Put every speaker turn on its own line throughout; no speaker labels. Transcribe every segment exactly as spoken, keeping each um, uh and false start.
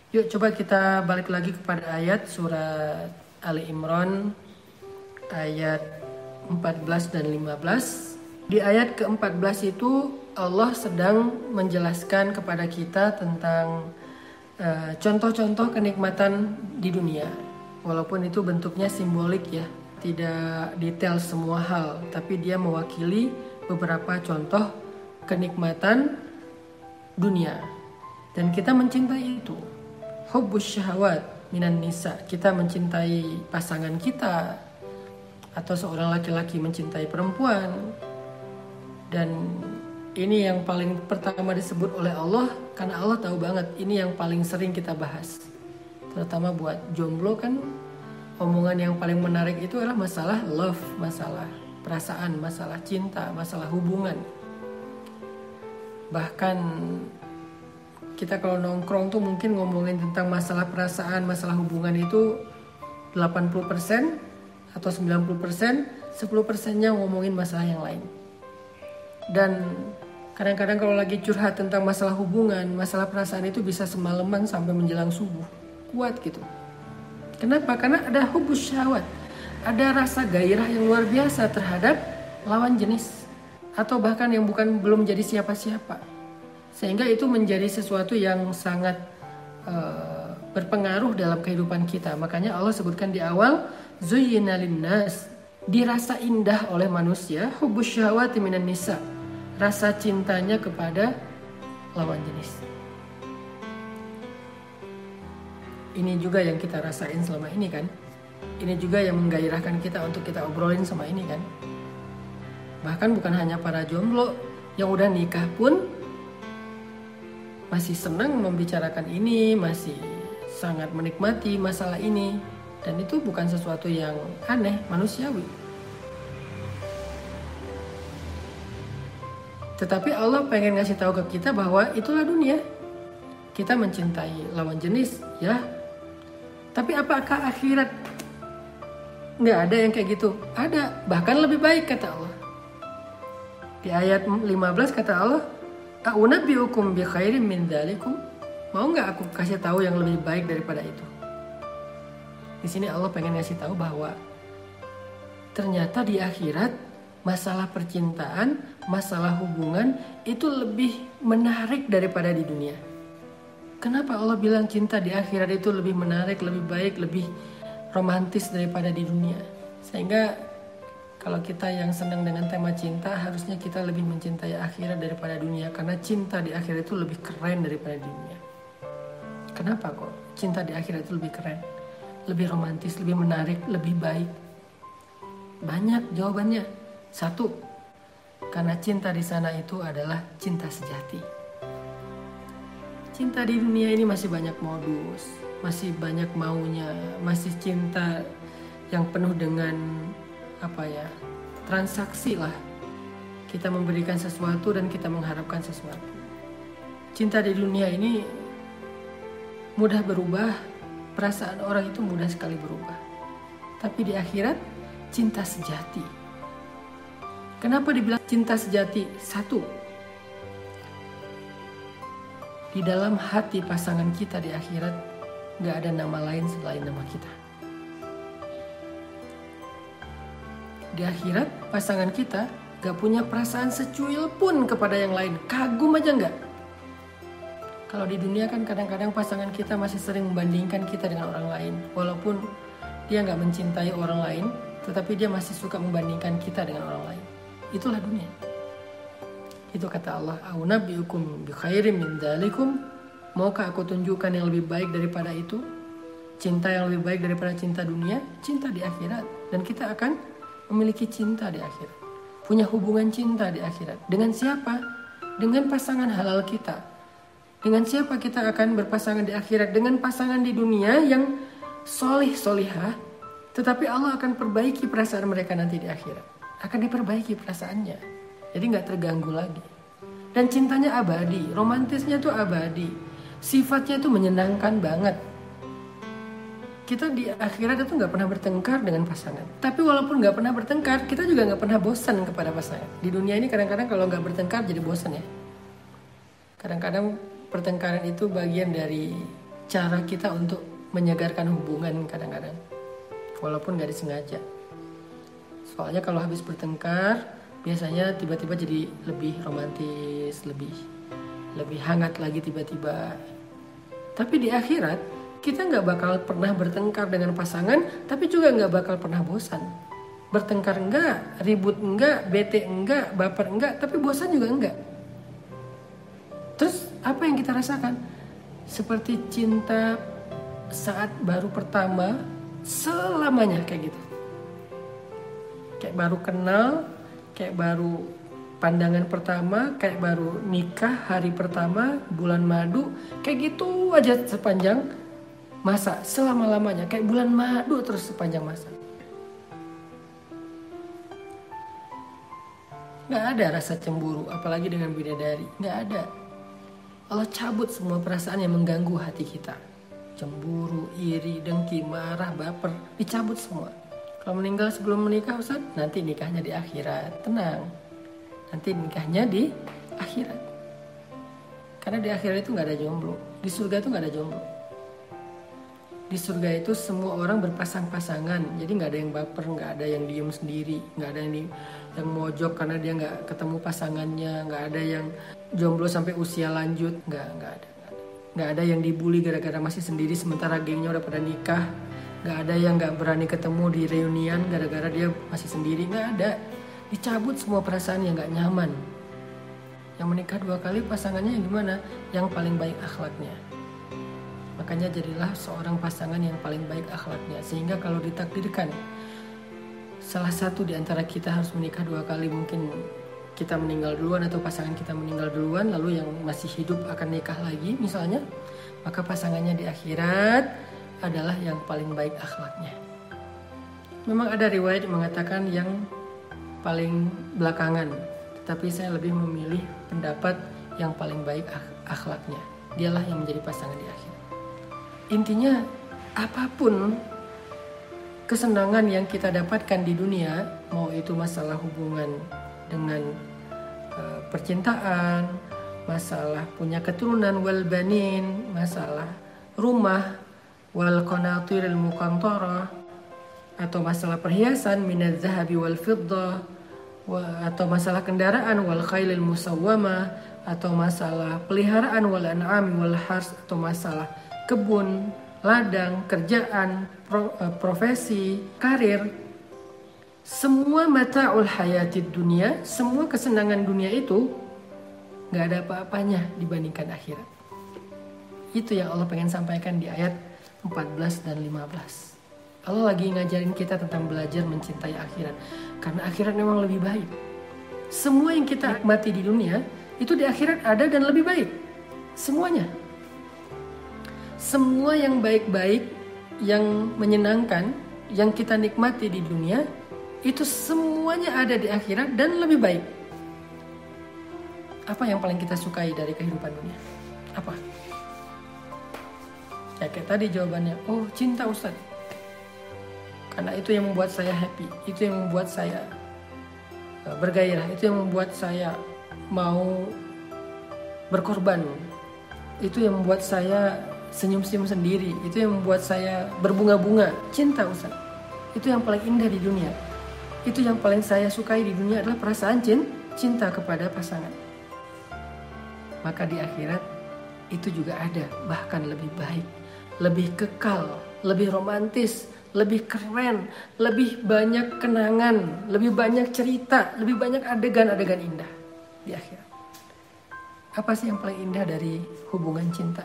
Yuk coba kita balik lagi kepada ayat surat Ali Imran ayat empat belas dan lima belas. Di ayat keempat belas itu Allah sedang menjelaskan kepada kita tentang uh, contoh-contoh kenikmatan di dunia. Walaupun itu bentuknya simbolik ya, tidak detail semua hal, tapi dia mewakili beberapa contoh kenikmatan dunia. Dan kita mencintai itu. Hubbus syahwat minan nisa, kita mencintai pasangan kita, atau seorang laki-laki mencintai perempuan. Dan ini yang paling pertama disebut oleh Allah, karena Allah tahu banget ini yang paling sering kita bahas. Terutama buat jomblo kan, omongan yang paling menarik itu adalah masalah love, masalah perasaan, masalah cinta, masalah hubungan. Bahkan kita kalau nongkrong tuh mungkin ngomongin tentang masalah perasaan, masalah hubungan itu delapan puluh persen atau sembilan puluh persen, sepuluh persennya ngomongin masalah yang lain. Dan kadang-kadang kalau lagi curhat tentang masalah hubungan, masalah perasaan itu bisa semalaman sampai menjelang subuh. Kuat gitu. Kenapa? Karena ada hubbus syahwat. Ada rasa gairah yang luar biasa terhadap lawan jenis. Atau bahkan yang bukan belum jadi siapa-siapa. Sehingga itu menjadi sesuatu yang sangat uh, berpengaruh dalam kehidupan kita. Makanya Allah sebutkan di awal, zuyyina linnas, dirasa indah oleh manusia, hubbus syahwati minan nisa, rasa cintanya kepada lawan jenis. Ini juga yang kita rasain selama ini kan. Ini juga yang menggairahkan kita untuk kita obrolin sama ini kan. Bahkan bukan hanya para jomblo, yang udah nikah pun masih senang membicarakan ini, masih sangat menikmati masalah ini. Dan itu bukan sesuatu yang aneh, manusiawi. Tetapi Allah pengen ngasih tahu ke kita bahwa itulah dunia. Kita mencintai lawan jenis, ya. Tapi apakah akhirat? Nggak ada yang kayak gitu. Ada, bahkan lebih baik kata Allah. Di ayat lima belas kata Allah, "A'unabbi'ukum bi khairin min dzalikum?" Mau nggak aku kasih tahu yang lebih baik daripada itu? Di sini Allah pengen ngasih tahu bahwa ternyata di akhirat masalah percintaan, masalah hubungan itu lebih menarik daripada di dunia. Kenapa Allah bilang cinta di akhirat itu lebih menarik, lebih baik, lebih romantis daripada di dunia? Sehingga kalau kita yang senang dengan tema cinta, harusnya kita lebih mencintai akhirat daripada dunia. Karena cinta di akhirat itu lebih keren daripada di dunia. Kenapa kok cinta di akhirat itu lebih keren? Lebih romantis, lebih menarik, lebih baik? Banyak jawabannya. Satu, karena cinta di sana itu adalah cinta sejati. Cinta di dunia ini masih banyak modus, masih banyak maunya, masih cinta yang penuh dengan apa ya, transaksi lah. Kita memberikan sesuatu dan kita mengharapkan sesuatu. Cinta di dunia ini mudah berubah, perasaan orang itu mudah sekali berubah. Tapi di akhirat, cinta sejati. Kenapa dibilang cinta sejati? Satu, di dalam hati pasangan kita di akhirat gak ada nama lain selain nama kita. Di akhirat pasangan kita gak punya perasaan secuil pun kepada yang lain. Kagum aja gak? Kalau di dunia kan kadang-kadang pasangan kita masih sering membandingkan kita dengan orang lain. Walaupun dia gak mencintai orang lain, tetapi dia masih suka membandingkan kita dengan orang lain. Itulah dunia. Itu kata Allah, "A'unabbi'ukum bi khairin min dzalikum?" Maukah aku tunjukkan yang lebih baik daripada itu? Cinta yang lebih baik daripada cinta dunia, cinta di akhirat. Dan kita akan memiliki cinta di akhirat. Punya hubungan cinta di akhirat. Dengan siapa? Dengan pasangan halal kita. Dengan siapa kita akan berpasangan di akhirat? Dengan pasangan di dunia yang solih solihah, tetapi Allah akan perbaiki perasaan mereka nanti di akhirat. Akan diperbaiki perasaannya. Jadi gak terganggu lagi. Dan cintanya abadi. Romantisnya tuh abadi. Sifatnya tuh menyenangkan banget. Kita di akhirat itu gak pernah bertengkar dengan pasangan. Tapi walaupun gak pernah bertengkar, kita juga gak pernah bosan kepada pasangan. Di dunia ini kadang-kadang kalau gak bertengkar jadi bosan ya. Kadang-kadang pertengkaran itu bagian dari cara kita untuk menyegarkan hubungan kadang-kadang, walaupun gak disengaja. Soalnya kalau habis bertengkar, biasanya tiba-tiba jadi lebih romantis, lebih lebih hangat lagi tiba-tiba. Tapi di akhirat, kita gak bakal pernah bertengkar dengan pasangan, tapi juga gak bakal pernah bosan. Bertengkar enggak, ribut enggak, bete enggak, baper enggak, tapi bosan juga enggak. Terus apa yang kita rasakan? Seperti cinta saat baru pertama, selamanya kayak gitu. Kayak baru kenal, kayak baru pandangan pertama, kayak baru nikah hari pertama, bulan madu, kayak gitu aja sepanjang masa, selama-lamanya, kayak bulan madu terus sepanjang masa. Gak ada rasa cemburu, apalagi dengan bidadari, gak ada. Allah cabut semua perasaan yang mengganggu hati kita. Cemburu, iri, dengki, marah, baper, dicabut semua. Kalau meninggal sebelum menikah, Ustaz, nanti nikahnya di akhirat. Tenang, nanti nikahnya di akhirat. Karena di akhirat itu gak ada jomblo. Di surga itu gak ada jomblo. Di surga itu semua orang berpasang-pasangan. Jadi gak ada yang baper, gak ada yang diem sendiri, gak ada yang, di, yang mojok karena dia gak ketemu pasangannya, gak ada yang jomblo sampai usia lanjut, gak, gak ada. Gak ada yang dibully gara-gara masih sendiri sementara gengnya udah pada nikah. Gak ada yang gak berani ketemu di reunian gara-gara dia masih sendiri. Gak ada. Dicabut semua perasaan yang gak nyaman. Yang menikah dua kali pasangannya yang gimana? Yang paling baik akhlaknya. Makanya jadilah seorang pasangan yang paling baik akhlaknya. Sehingga kalau ditakdirkan salah satu di antara kita harus menikah dua kali, mungkin kita meninggal duluan atau pasangan kita meninggal duluan, lalu yang masih hidup akan nikah lagi misalnya, maka pasangannya di akhirat adalah yang paling baik akhlaknya. Memang ada riwayat yang mengatakan yang paling belakangan, tetapi saya lebih memilih pendapat yang paling baik akhlaknya. Dialah yang menjadi pasangan di akhirat. Intinya apapun kesenangan yang kita dapatkan di dunia, mau itu masalah hubungan dengan uh, percintaan, masalah punya keturunan wal banin, masalah rumah wal qanatiril muqantarah, atau masalah perhiasan minaz zahabi wal fiddah, atau masalah kendaraan wal khailil musawwamah, atau masalah peliharaan wal an'ami wal hars, atau masalah kebun, ladang, kerjaan, pro, uh, profesi, karir. Semua mata'ul hayatid dunia, semua kesenangan dunia itu gak ada apa-apanya dibandingkan akhirat. Itu yang Allah pengen sampaikan di ayat empat belas dan lima belas. Allah lagi ngajarin kita tentang belajar mencintai akhirat. Karena akhirat memang lebih baik. Semua yang kita nikmati di dunia, itu di akhirat ada dan lebih baik. Semuanya. Semua yang baik-baik, yang menyenangkan, yang kita nikmati di dunia, itu semuanya ada di akhirat dan lebih baik. Apa yang paling kita sukai dari kehidupan dunia? Apa? Ya kayak tadi jawabannya, oh cinta Ustaz. Karena itu yang membuat saya happy, itu yang membuat saya bergairah, itu yang membuat saya mau berkorban, itu yang membuat saya senyum-senyum sendiri, itu yang membuat saya berbunga-bunga. Cinta Ustaz, itu yang paling indah di dunia. Itu yang paling saya sukai di dunia adalah perasaan cinta kepada pasangan. Maka di akhirat itu juga ada, bahkan lebih baik, lebih kekal, lebih romantis, lebih keren, lebih banyak kenangan, lebih banyak cerita, lebih banyak adegan-adegan indah di akhirat. Apa sih yang paling indah dari hubungan cinta?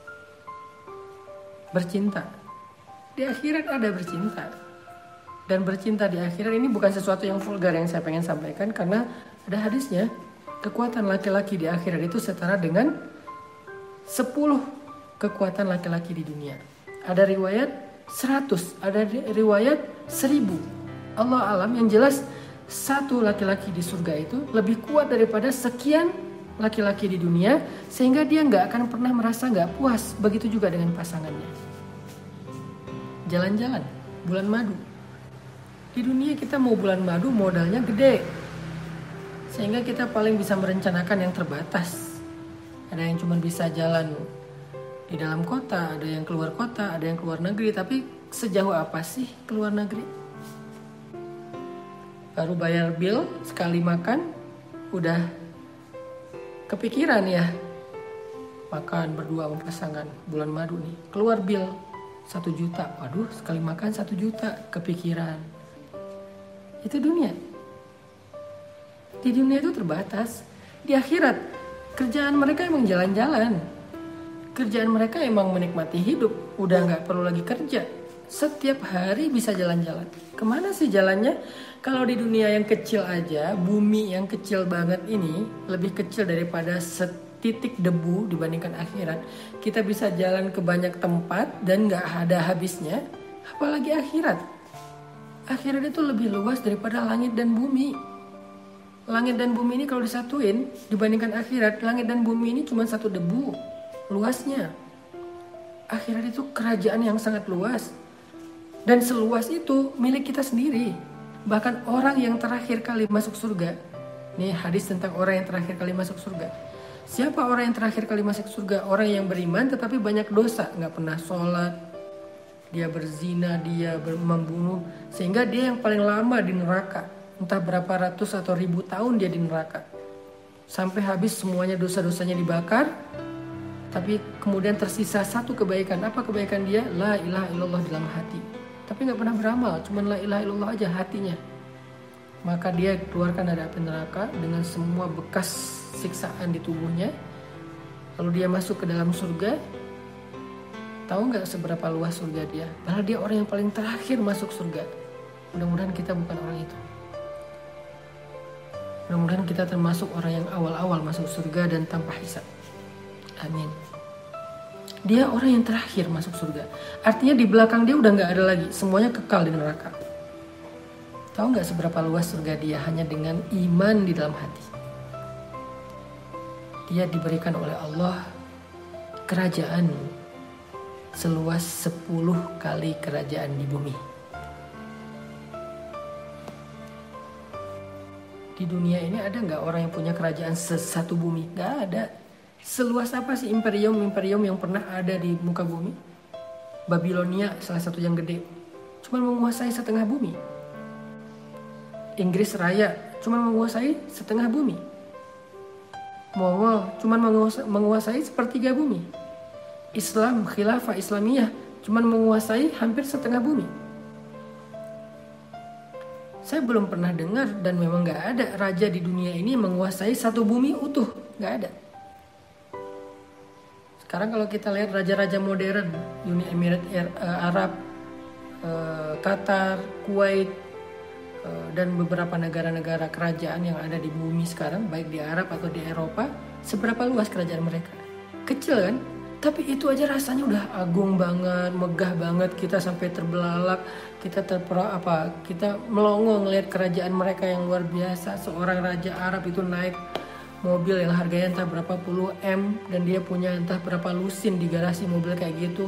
Bercinta. Di akhirat ada bercinta. Dan bercinta di akhirat ini bukan sesuatu yang vulgar yang saya pengen sampaikan, karena ada hadisnya. Kekuatan laki-laki di akhirat itu setara dengan sepuluh kekuatan laki-laki di dunia. Ada riwayat seratus, ada riwayat seribu. Allah alam, yang jelas satu laki-laki di surga itu lebih kuat daripada sekian laki-laki di dunia, sehingga dia gak akan pernah merasa gak puas. Begitu juga dengan pasangannya. Jalan-jalan, bulan madu. Di dunia kita mau bulan madu modalnya gede, sehingga kita paling bisa merencanakan yang terbatas. Ada yang cuma bisa jalan di dalam kota, ada yang keluar kota, ada yang keluar negeri. Tapi sejauh apa sih keluar negeri? Baru bayar bill sekali makan udah kepikiran ya, makan berdua sama pasangan bulan madu nih, keluar bill satu juta. Waduh, sekali makan satu juta, kepikiran. Itu dunia. Di dunia itu terbatas. Di akhirat kerjaan mereka emang jalan-jalan. Kerjaan mereka emang menikmati hidup. Udah gak perlu lagi kerja. Setiap hari bisa jalan-jalan. Kemana sih jalannya? Kalau di dunia yang kecil aja, bumi yang kecil banget ini lebih kecil daripada setitik debu dibandingkan akhirat. Kita bisa jalan ke banyak tempat dan gak ada habisnya. Apalagi akhirat. Akhirat itu lebih luas daripada langit dan bumi. Langit dan bumi ini kalau disatuin dibandingkan akhirat, langit dan bumi ini cuma satu debu luasnya. Akhirat itu kerajaan yang sangat luas. Dan seluas itu milik kita sendiri. Bahkan orang yang terakhir kali masuk surga. Nih hadis tentang orang yang terakhir kali masuk surga. Siapa orang yang terakhir kali masuk surga? Orang yang beriman tetapi banyak dosa. Gak pernah sholat. Dia berzina, dia membunuh. Sehingga dia yang paling lama di neraka. Entah berapa ratus atau ribu tahun dia di neraka. Sampai habis semuanya dosa-dosanya dibakar. Tapi kemudian tersisa satu kebaikan. Apa kebaikan dia? La ilaha illallah dalam hati. Tapi gak pernah beramal, cuman la ilaha illallah aja hatinya. Maka dia keluarkan dari api neraka dengan semua bekas siksaan di tubuhnya. Lalu dia masuk ke dalam surga. Tahu gak seberapa luas surga dia? Padahal dia orang yang paling terakhir masuk surga. Mudah-mudahan kita bukan orang itu. Mudah-mudahan kita termasuk orang yang awal-awal masuk surga dan tanpa hisab. Amin. Dia orang yang terakhir masuk surga. Artinya di belakang dia udah gak ada lagi. Semuanya kekal di neraka. Tahu gak seberapa luas surga dia hanya dengan iman di dalam hati. Dia diberikan oleh Allah kerajaan seluas sepuluh kali kerajaan di bumi. Di dunia ini ada gak orang yang punya kerajaan sesatu bumi? Gak ada. Seluas apa sih imperium-imperium yang pernah ada di muka bumi? Babilonia salah satu yang gede, cuma menguasai setengah bumi. Inggris Raya cuma menguasai setengah bumi. Mongol cuma menguasai, menguasai sepertiga bumi. Islam, khilafah Islamiyah cuma menguasai hampir setengah bumi. Saya belum pernah dengar dan memang gak ada raja di dunia ini menguasai satu bumi utuh. Gak ada. Sekarang kalau kita lihat raja-raja modern, Uni Emirat Arab, Qatar, Kuwait, dan beberapa negara-negara kerajaan yang ada di bumi sekarang, baik di Arab atau di Eropa, seberapa luas kerajaan mereka? Kecil kan? Tapi itu aja rasanya udah agung banget, megah banget, kita sampai terbelalak, kita terpera apa? Kita melongo ngelihat kerajaan mereka yang luar biasa. Seorang raja Arab itu naik mobil yang harganya entah berapa puluh M dan dia punya entah berapa lusin di garasi mobil kayak gitu.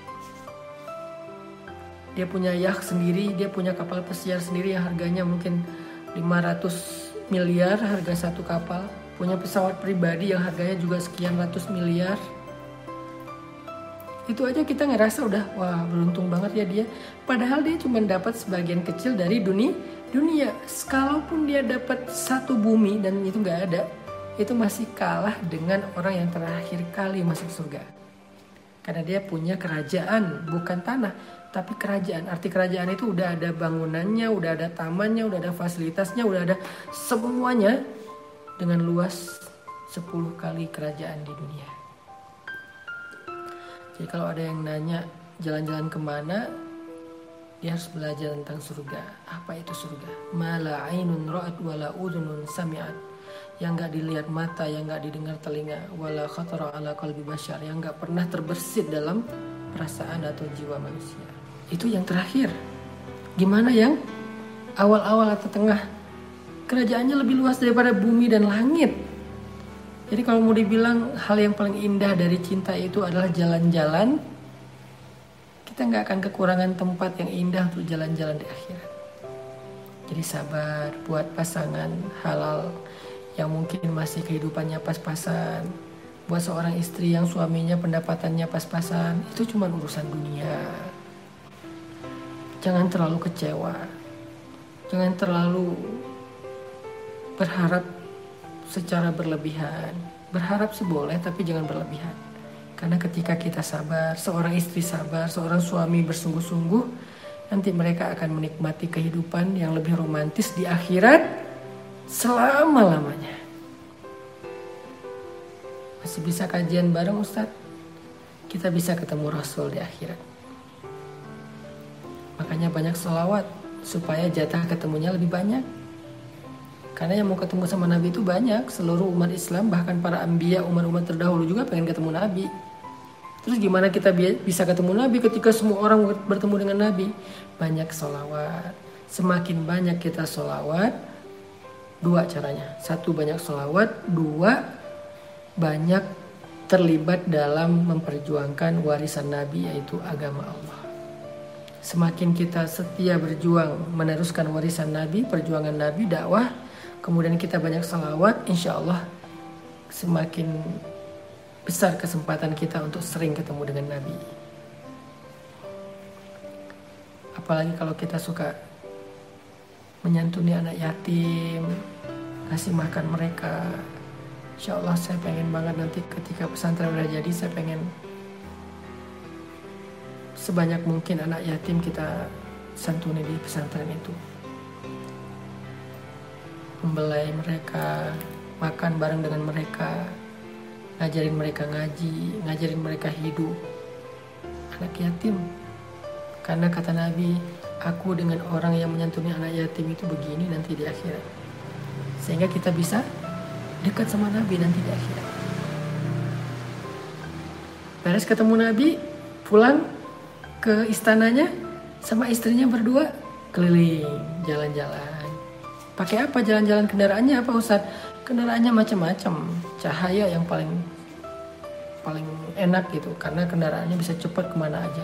Dia punya yacht sendiri, dia punya kapal pesiar sendiri yang harganya mungkin lima ratus miliar harga satu kapal. Punya pesawat pribadi yang harganya juga sekian ratus miliar. Itu aja kita ngerasa udah wah beruntung banget ya dia. Padahal dia cuma dapat sebagian kecil dari dunia. dunia. Kalaupun dia dapat satu bumi dan itu nggak ada, itu masih kalah dengan orang yang terakhir kali masuk surga. Karena dia punya kerajaan, bukan tanah, tapi kerajaan. Arti kerajaan itu udah ada bangunannya, udah ada tamannya, udah ada fasilitasnya, udah ada semuanya dengan luas sepuluh kali kerajaan di dunia. Jadi kalau ada yang nanya jalan-jalan kemana, dia harus belajar tentang surga. Apa itu surga? Ma la ainun ra'at wa la udhunun sami'at. Yang gak dilihat mata, yang gak didengar telinga, wala khatara ala qalbi bashar, yang gak pernah terbersit dalam perasaan atau jiwa manusia. Itu yang terakhir. Gimana yang awal-awal atau tengah? Kerajaannya lebih luas daripada bumi dan langit. Jadi kalau mau dibilang hal yang paling indah dari cinta itu adalah jalan-jalan, kita gak akan kekurangan tempat yang indah untuk jalan-jalan di akhirat. Jadi sabar buat pasangan halal yang mungkin masih kehidupannya pas-pasan, Buat seorang istri yang suaminya pendapatannya pas-pasan, itu cuma urusan dunia. Jangan terlalu kecewa. Jangan terlalu berharap secara berlebihan. Berharap sih boleh, tapi jangan berlebihan. Karena ketika kita sabar, seorang istri sabar, seorang suami bersungguh-sungguh, nanti mereka akan menikmati kehidupan yang lebih romantis di akhirat selama-lamanya. Masih bisa kajian bareng Ustadz? Kita bisa ketemu Rasul di akhirat. Makanya banyak sholawat supaya jatah ketemunya lebih banyak. Karena yang mau ketemu sama Nabi itu banyak. Seluruh umat Islam, bahkan para anbiya, umat-umat terdahulu juga pengen ketemu Nabi. Terus gimana kita bisa ketemu Nabi ketika semua orang bertemu dengan Nabi? Banyak sholawat. Semakin banyak kita sholawat, dua caranya. Satu, banyak sholawat. Dua, banyak terlibat dalam memperjuangkan warisan Nabi, yaitu agama Allah. Semakin kita setia berjuang meneruskan warisan Nabi, perjuangan Nabi, dakwah, kemudian kita banyak salawat, insya Allah semakin besar kesempatan kita untuk sering ketemu dengan Nabi. Apalagi kalau kita suka menyantuni anak yatim, ngasih makan mereka. Insya Allah saya pengen banget nanti ketika pesantren udah jadi, saya pengen sebanyak mungkin anak yatim kita santuni di pesantren itu. Membelai mereka, makan bareng dengan mereka, ngajarin mereka ngaji, ngajarin mereka hidup. Anak yatim. Karena kata Nabi, aku dengan orang yang menyantuni anak yatim itu begini nanti di akhirat. Sehingga kita bisa dekat sama Nabi nanti di akhirat. Beres ketemu Nabi, pulang ke istananya sama istrinya berdua keliling, jalan-jalan. Pakai apa jalan-jalan, kendaraannya apa Ustaz? Kendaraannya macam-macam. Cahaya yang paling paling enak gitu, karena kendaraannya bisa cepat kemana aja.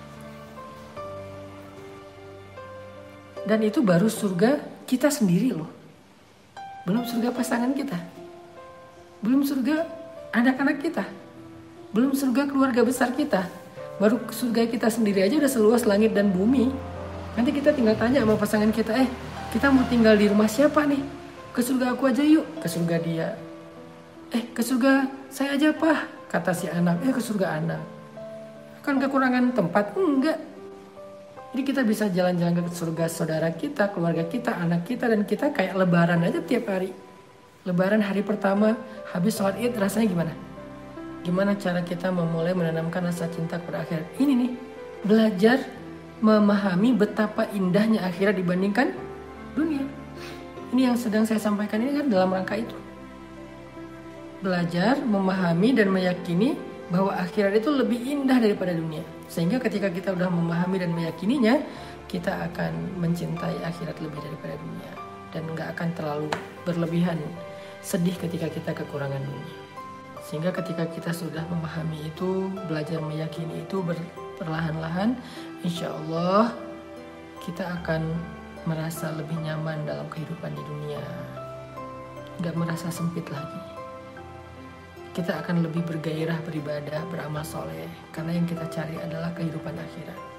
Dan itu baru surga kita sendiri loh. Belum surga pasangan kita. Belum surga anak-anak kita. Belum surga keluarga besar kita. Baru surga kita sendiri aja udah seluas langit dan bumi. Nanti kita tinggal tanya sama pasangan kita, eh kita mau tinggal di rumah siapa nih? Ke surga aku aja yuk. Ke surga dia. Eh ke surga saya aja Pak, kata si anak. Eh ke surga anak. Kan kekurangan tempat? Enggak. Jadi kita bisa jalan-jalan ke surga saudara kita, keluarga kita, anak kita, dan kita kayak lebaran aja tiap hari. Lebaran hari pertama, habis sholat id rasanya gimana? Gimana cara kita memulai menanamkan rasa cinta kepada akhirat? Ini nih, belajar memahami betapa indahnya akhirat dibandingkan dunia. Ini yang sedang saya sampaikan ini kan dalam rangka itu. Belajar memahami dan meyakini bahwa akhirat itu lebih indah daripada dunia. Sehingga ketika kita udah memahami dan meyakininya, kita akan mencintai akhirat lebih daripada dunia. Dan gak akan terlalu berlebihan sedih ketika kita kekurangan dunia. Sehingga ketika kita sudah memahami itu, belajar meyakini itu ber- perlahan-lahan, insya Allah kita akan merasa lebih nyaman dalam kehidupan di dunia. Gak merasa sempit lagi. Kita akan lebih bergairah beribadah, beramal soleh. Karena yang kita cari adalah kehidupan akhirat.